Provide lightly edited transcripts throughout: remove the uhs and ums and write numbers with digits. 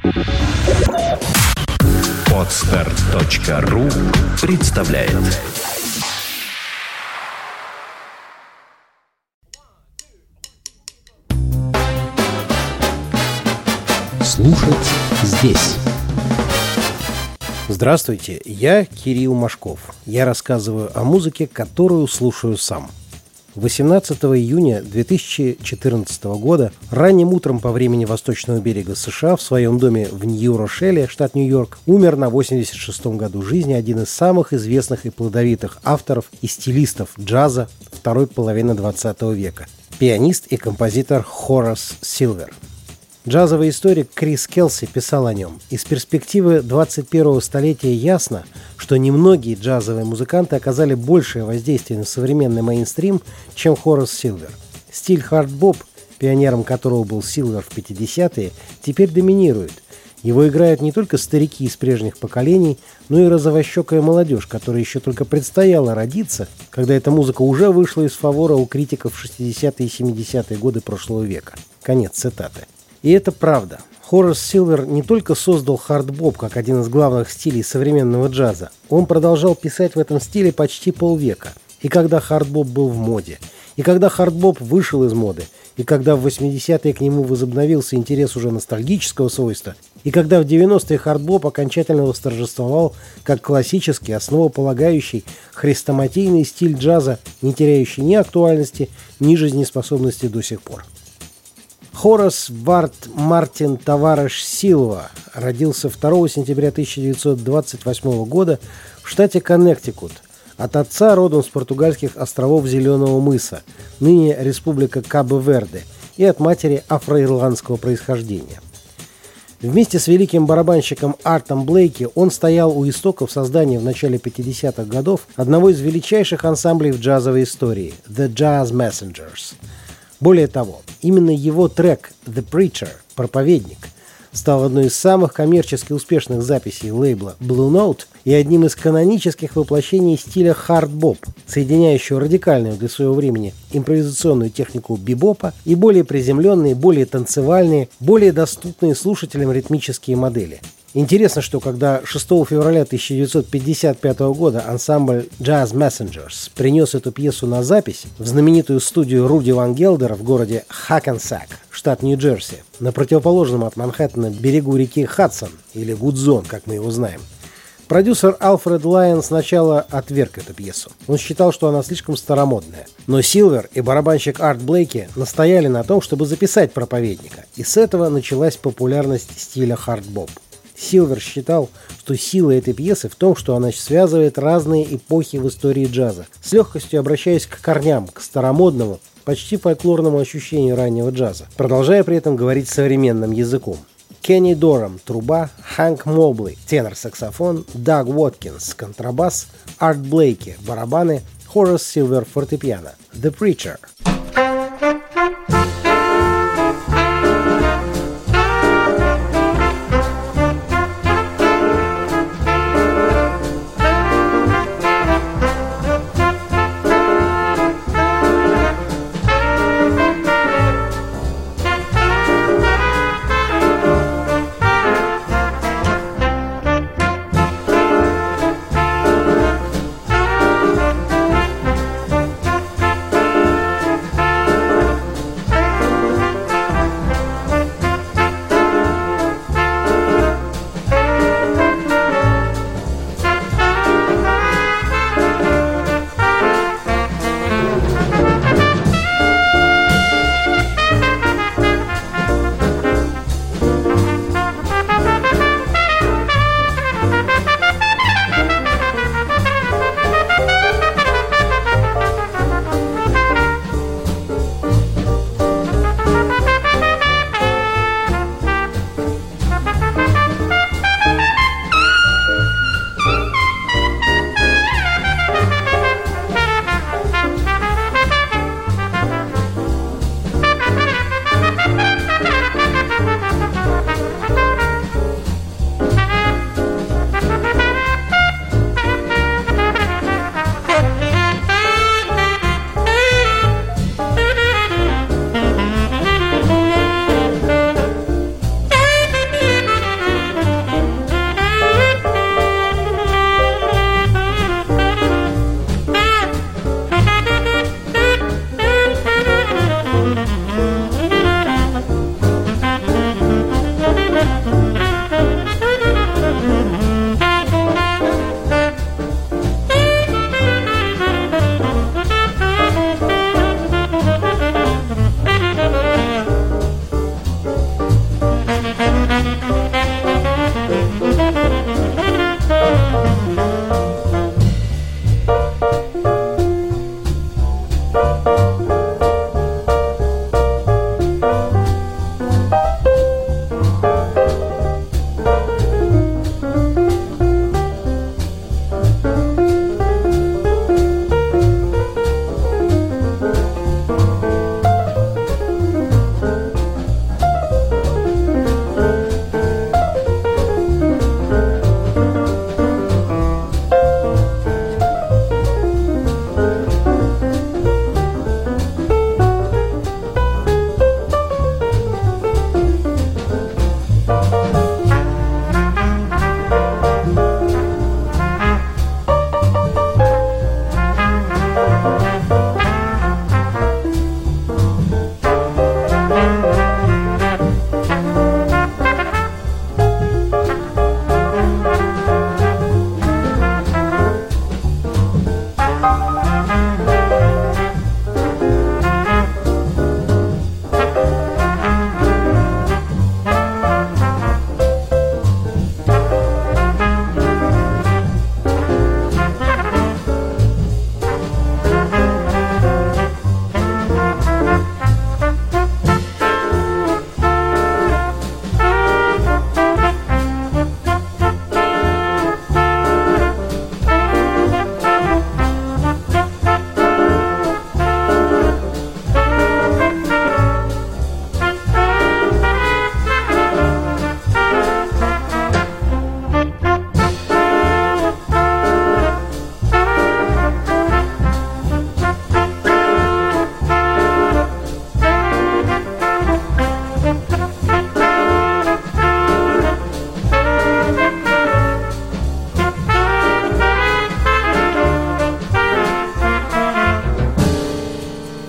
Podster.ru представляет. Слушать здесь. Здравствуйте, я Кирилл Машков. Я рассказываю о музыке, которую слушаю сам. 18 июня 2014 года ранним утром по времени Восточного берега США в своем доме в Нью-Рошеле, штат Нью-Йорк, умер на 86-м году жизни один из самых известных и плодовитых авторов и стилистов джаза второй половины 20 века – пианист и композитор Хорас Силвер. Джазовый историк Крис Келси писал о нем. Из перспективы 21-го столетия ясно, что немногие джазовые музыканты оказали большее воздействие на современный мейнстрим, чем Хорас Силвер. Стиль хард-боп, пионером которого был Силвер в 50-е, теперь доминирует. Его играют не только старики из прежних поколений, но и розовощекая молодежь, которая еще только предстояло родиться, когда эта музыка уже вышла из фавора у критиков в 60-е и 70-е годы прошлого века. Конец цитаты. И это правда. Хорас Силвер не только создал хард-боп как один из главных стилей современного джаза, он продолжал писать в этом стиле почти полвека. И когда хард-боп был в моде, и когда хард-боп вышел из моды, и когда в 80-е к нему возобновился интерес уже ностальгического свойства, и когда в 90-е хард-боп окончательно восторжествовал как классический, основополагающий, хрестоматийный стиль джаза, не теряющий ни актуальности, ни жизнеспособности до сих пор. Хорас Вард Мартин Тавареш Силва родился 2 сентября 1928 года в штате Коннектикут от отца родом с португальских островов Зеленого мыса, ныне республика Кабо-Верде, и от матери афроирландского происхождения. Вместе с великим барабанщиком Артом Блейки он стоял у истоков создания в начале 50-х годов одного из величайших ансамблей в джазовой истории – The Jazz Messengers. Более того, именно его трек «The Preacher» – «Проповедник» стал одной из самых коммерчески успешных записей лейбла Blue Note и одним из канонических воплощений стиля хард-боп, соединяющего радикальную для своего времени импровизационную технику бибопа и более приземленные, более танцевальные, более доступные слушателям ритмические модели. Интересно, что когда 6 февраля 1955 года ансамбль Jazz Messengers принес эту пьесу на запись в знаменитую студию Руди Ван Гелдера в городе Хакенсак, штат Нью-Джерси, на противоположном от Манхэттена берегу реки Хадсон, или Гудзон, как мы его знаем, продюсер Альфред Лайон сначала отверг эту пьесу. Он считал, что она слишком старомодная. Но Силвер и барабанщик Арт Блейки настояли на том, чтобы записать «Проповедника», и с этого началась популярность стиля хард-боп. Силвер считал, что сила этой пьесы в том, что она связывает разные эпохи в истории джаза, с легкостью обращаясь к корням, к старомодному, почти фольклорному ощущению раннего джаза, продолжая при этом говорить современным языком. Кенни Дорам – труба, Хэнк Мобли – тенор-саксофон, Даг Уоткинс – контрабас, Арт Блейки – барабаны, Хорас Силвер – фортепиано. The Preacher.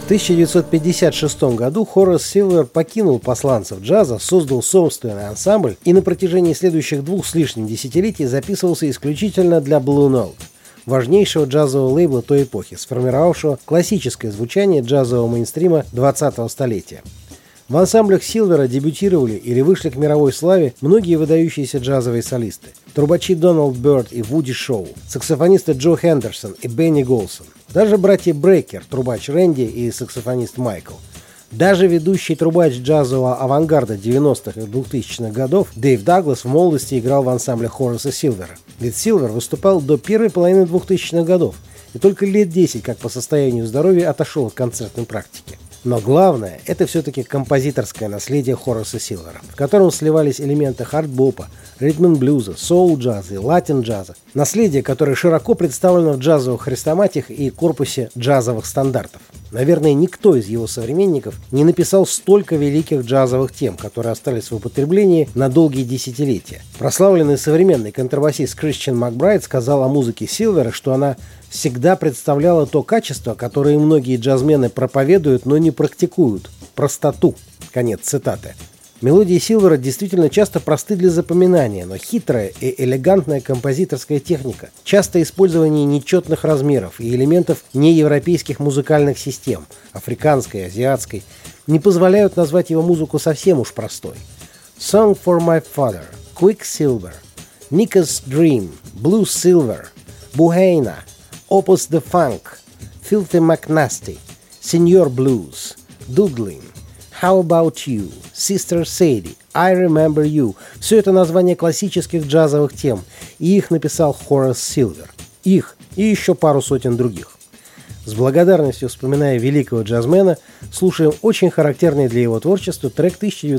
1956 году Хорас Силвер покинул посланцев джаза, создал собственный ансамбль и на протяжении следующих 2 с лишним десятилетий записывался исключительно для Blue Note, важнейшего джазового лейбла той эпохи, сформировавшего классическое звучание джазового мейнстрима 20-го столетия. В ансамблях Силвера дебютировали или вышли к мировой славе многие выдающиеся джазовые солисты. Трубачи Дональд Бёрд и Вуди Шоу, саксофонисты Джо Хендерсон и Бенни Голсон, даже братья Брейкер, трубач Рэнди и саксофонист Майкл. Даже ведущий трубач джазового авангарда 90-х и 2000-х годов Дэйв Даглас в молодости играл в ансамбле Хораса Силвера. Ведь Силвер выступал до первой половины 2000-х годов и только лет 10, как по состоянию здоровья, отошел от концертной практики. Но главное – это все-таки композиторское наследие Хораса Силвера, в котором сливались элементы хард-бопа, ритм-н-блюза, соул-джаза и латин-джаза. Наследие, которое широко представлено в джазовых хрестоматиях и корпусе джазовых стандартов. Наверное, никто из его современников не написал столько великих джазовых тем, которые остались в употреблении на долгие десятилетия. Прославленный современный контрабасист Кристиан Макбрайт сказал о музыке Силвера, что она всегда представляла то качество, которое многие джазмены проповедуют, но не практикуют – простоту. Конец цитаты. Мелодии Силвера действительно часто просты для запоминания, но хитрая и элегантная композиторская техника, частое использование нечетных размеров и элементов неевропейских музыкальных систем, африканской, азиатской, не позволяют назвать его музыку совсем уж простой. Song for My Father, Quicksilver, Nika's Dream, Blue Silver, Buhaina, Opus the Funk, Filthy McNasty, Senior Blues, Doodling, How About You, Sister Sadie, I Remember You – все это названия классических джазовых тем, и их написал Хорас Силвер. Их и еще пару сотен других. С благодарностью вспоминая великого джазмена, слушаем очень характерный для его творчества трек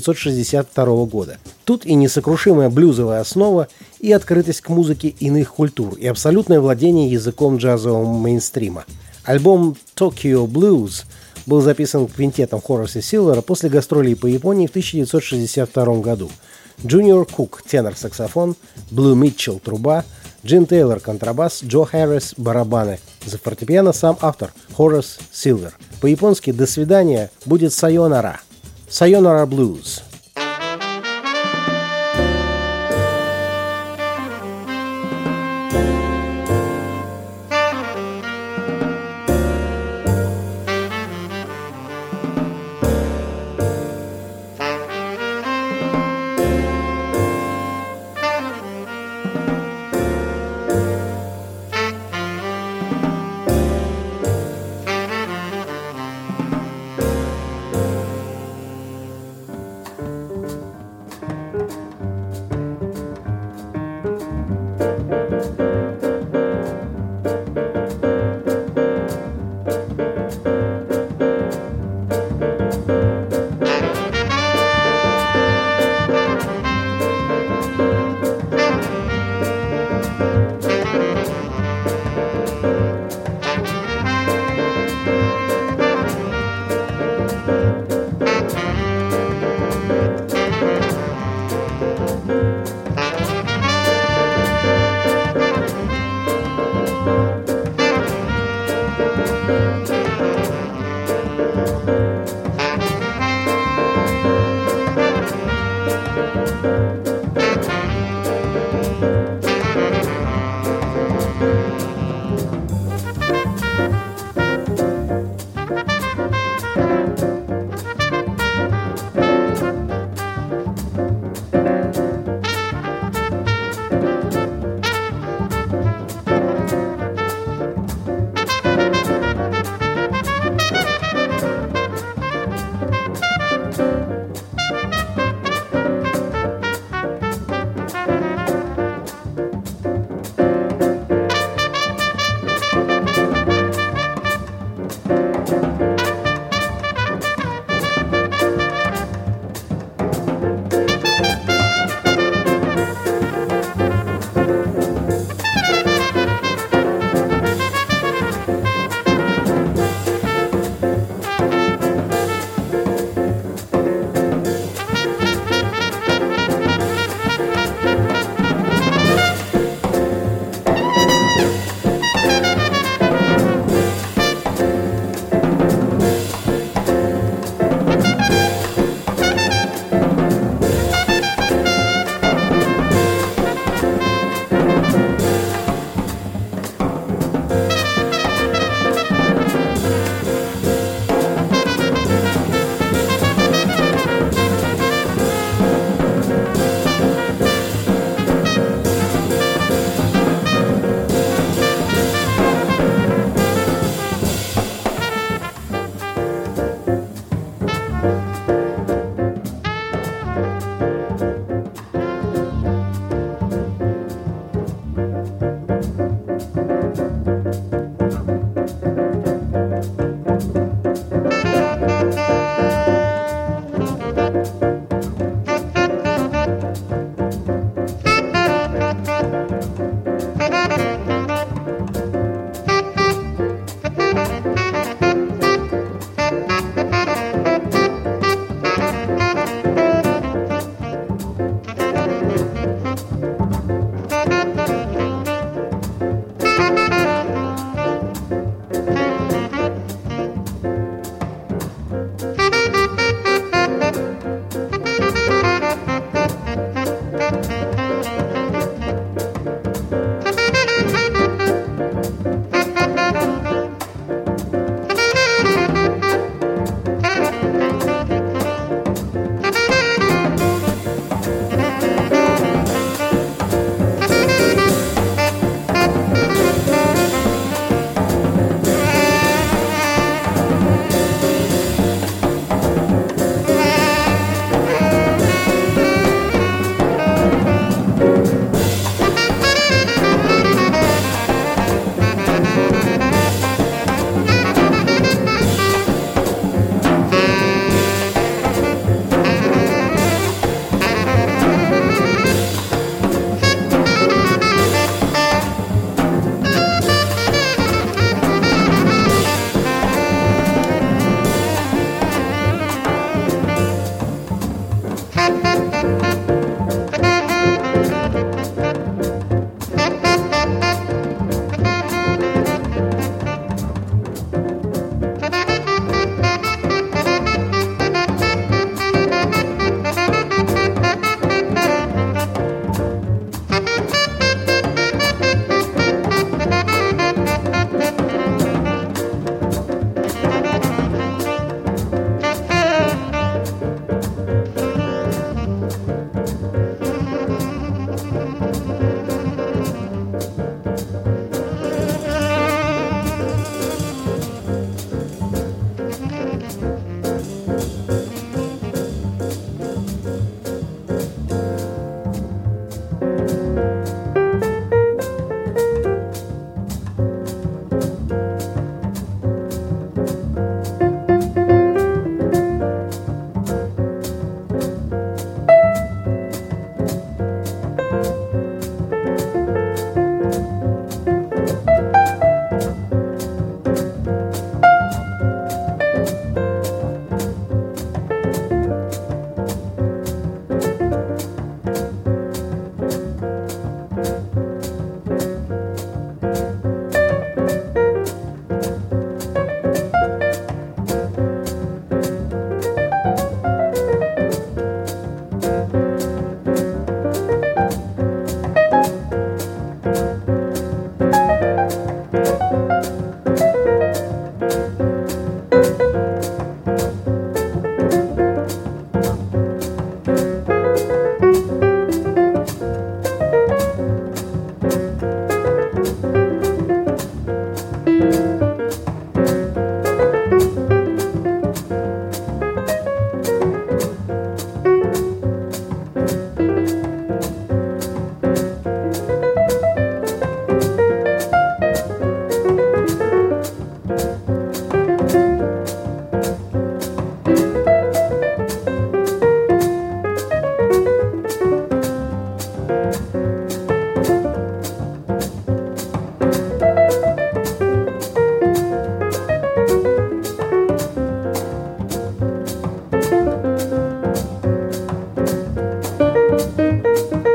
1962 года. Тут и несокрушимая блюзовая основа, и открытость к музыке иных культур, и абсолютное владение языком джазового мейнстрима. Альбом «Tokyo Blues» был записан квинтетом Хораса Силвера после гастролей по Японии в 1962 году. Джуниор Кук – тенор-саксофон, Блу Митчелл – труба, Джим Тейлор – контрабас, Джо Харрис – барабаны. За фортепиано сам автор Хорас Силвер. По-японски «До свидания» будет «Сайонара». «Сайонара Блюз».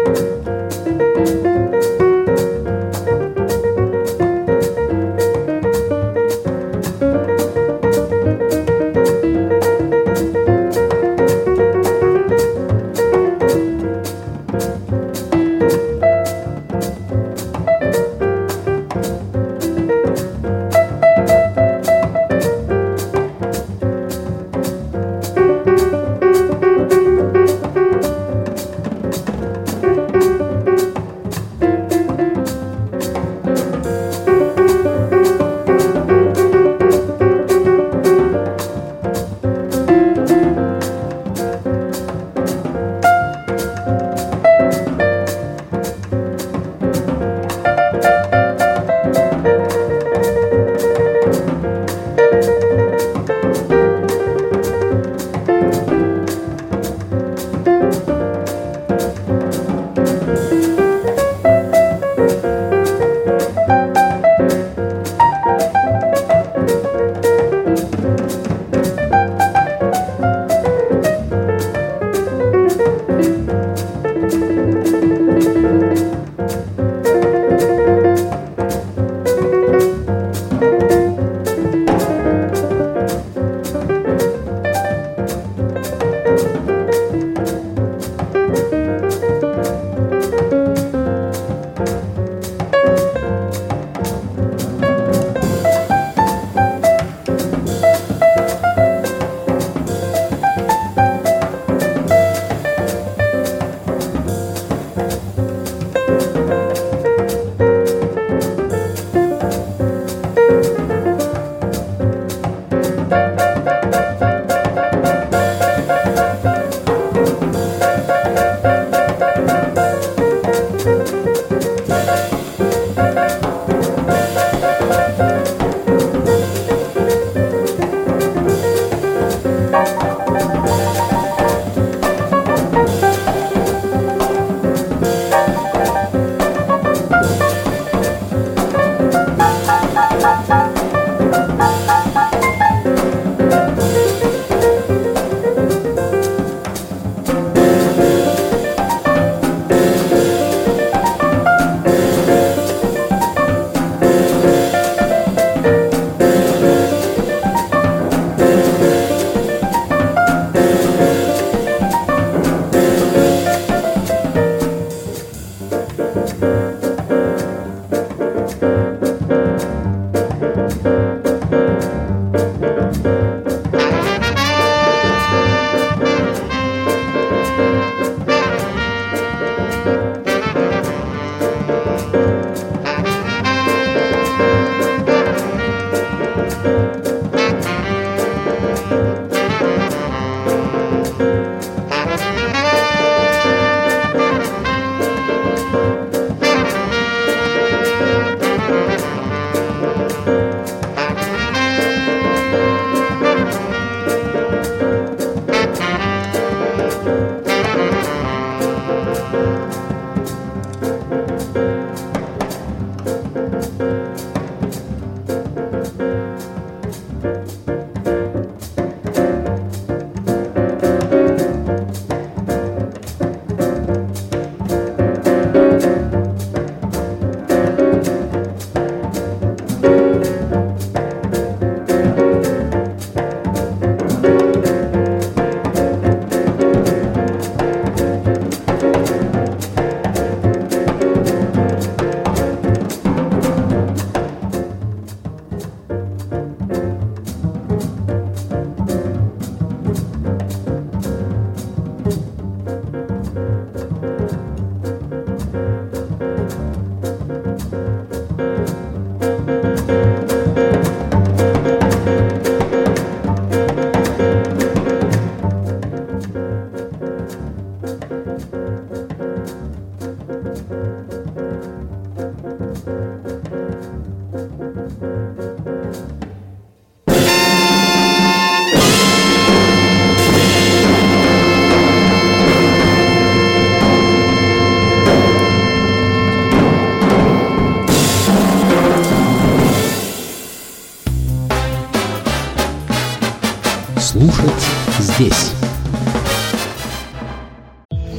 Слушать здесь.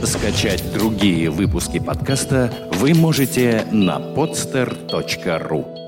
Скачать другие выпуски подкаста вы можете на podster.ru.